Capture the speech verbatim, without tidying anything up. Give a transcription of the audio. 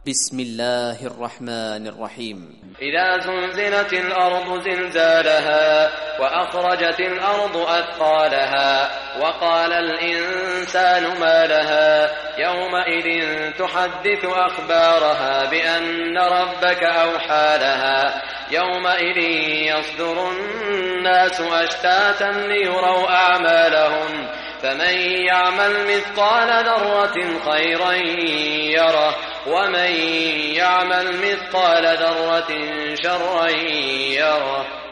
بسم الله الرحمن الرحيم. إذا زلزلت الأرض زلزالها وأخرجت الأرض أثقالها وقال الإنسان ما لها يومئذ تحدث أخبارها بأن ربك أوحى لها يومئذ يصدر الناس أشتاتا ليروا أعمالهم فمن يعمل مثقال ذرة خيرا يره ومن يعمل مثقال ذرة شرا يره.